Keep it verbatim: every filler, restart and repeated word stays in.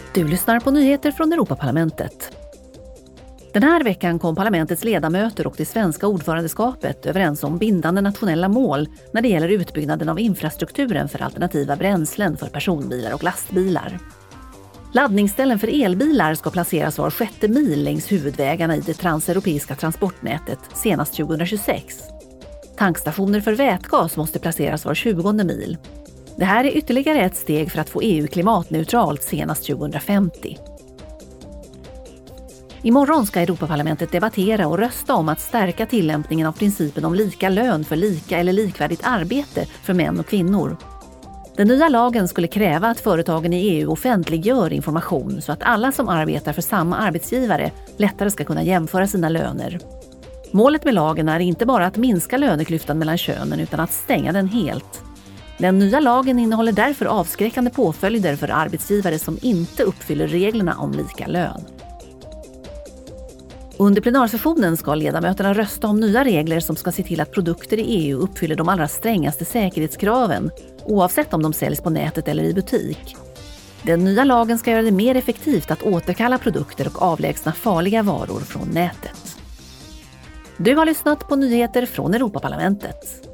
Du lyssnar på nyheter från Europaparlamentet. Den här veckan kom parlamentets ledamöter och det svenska ordförandeskapet överens om bindande nationella mål när det gäller utbyggnaden av infrastrukturen för alternativa bränslen för personbilar och lastbilar. Laddningsställen för elbilar ska placeras var sjätte mil längs huvudvägarna i det transeuropeiska transportnätet senast tjugohundratjugosex. Tankstationer för vätgas måste placeras var tjugonde mil. Det här är ytterligare ett steg för att få E U klimatneutralt senast tjugohundrafemtio. Imorgon ska Europaparlamentet debattera och rösta om att stärka tillämpningen av principen om lika lön för lika eller likvärdigt arbete för män och kvinnor. Den nya lagen skulle kräva att företagen i E U offentliggör information så att alla som arbetar för samma arbetsgivare lättare ska kunna jämföra sina löner. Målet med lagen är inte bara att minska löneklyftan mellan könen utan att stänga den helt. Den nya lagen innehåller därför avskräckande påföljder för arbetsgivare som inte uppfyller reglerna om lika lön. Under plenarsessionen ska ledamöterna rösta om nya regler som ska se till att produkter i E U uppfyller de allra strängaste säkerhetskraven, oavsett om de säljs på nätet eller i butik. Den nya lagen ska göra det mer effektivt att återkalla produkter och avlägsna farliga varor från nätet. Du har lyssnat på nyheter från Europaparlamentet.